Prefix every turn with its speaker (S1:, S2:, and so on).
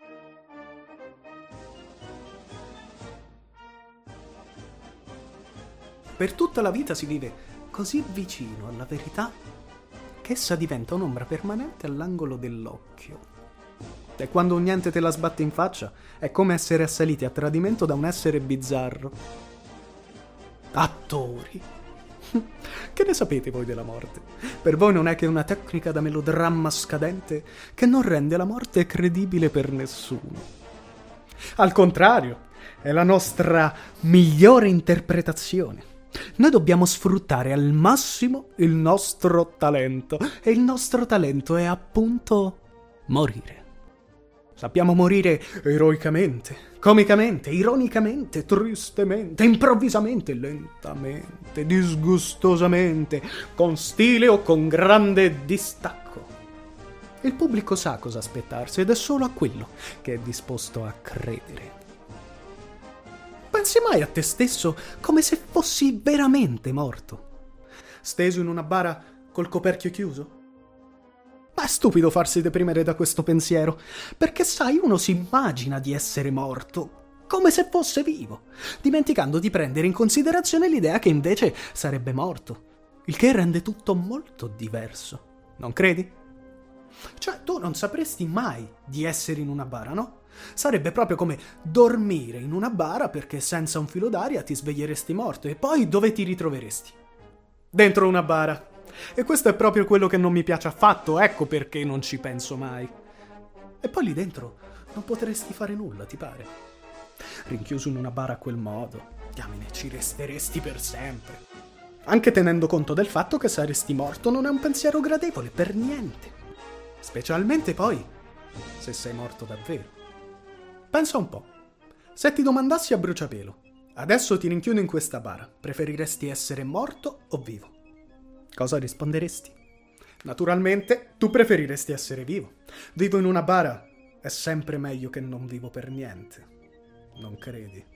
S1: Per tutta la vita si vive così vicino alla verità che essa diventa un'ombra permanente all'angolo dell'occhio. E quando un niente te la sbatte in faccia, è come essere assaliti a tradimento da un essere bizzarro. Attori! Che ne sapete voi della morte? Per voi non è che una tecnica da melodramma scadente che non rende la morte credibile per nessuno. Al contrario, è la nostra migliore interpretazione. Noi dobbiamo sfruttare al massimo il nostro talento, e il nostro talento è appunto morire. Sappiamo morire eroicamente, comicamente, ironicamente, tristemente, improvvisamente, lentamente, disgustosamente, con stile o con grande distacco. Il pubblico sa cosa aspettarsi ed è solo a quello che è disposto a credere. Pensi mai a te stesso come se fossi veramente morto? Steso in una bara col coperchio chiuso? Ma è stupido farsi deprimere da questo pensiero, perché sai, uno si immagina di essere morto, come se fosse vivo, dimenticando di prendere in considerazione l'idea che invece sarebbe morto, il che rende tutto molto diverso, non credi? Cioè, tu non sapresti mai di essere in una bara, no? Sarebbe proprio come dormire in una bara perché senza un filo d'aria ti sveglieresti morto e poi dove ti ritroveresti? Dentro una bara. E questo è proprio quello che non mi piace affatto, ecco perché non ci penso mai. E poi lì dentro non potresti fare nulla, ti pare? Rinchiuso in una bara a quel modo, diamine, ci resteresti per sempre. Anche tenendo conto del fatto che saresti morto non è un pensiero gradevole per niente. Specialmente poi se sei morto davvero. Pensa un po'. Se ti domandassi a bruciapelo, adesso ti rinchiudo in questa bara, preferiresti essere morto o vivo? Cosa risponderesti? Naturalmente, tu preferiresti essere vivo. Vivo in una bara è sempre meglio che non vivo per niente. Non credi?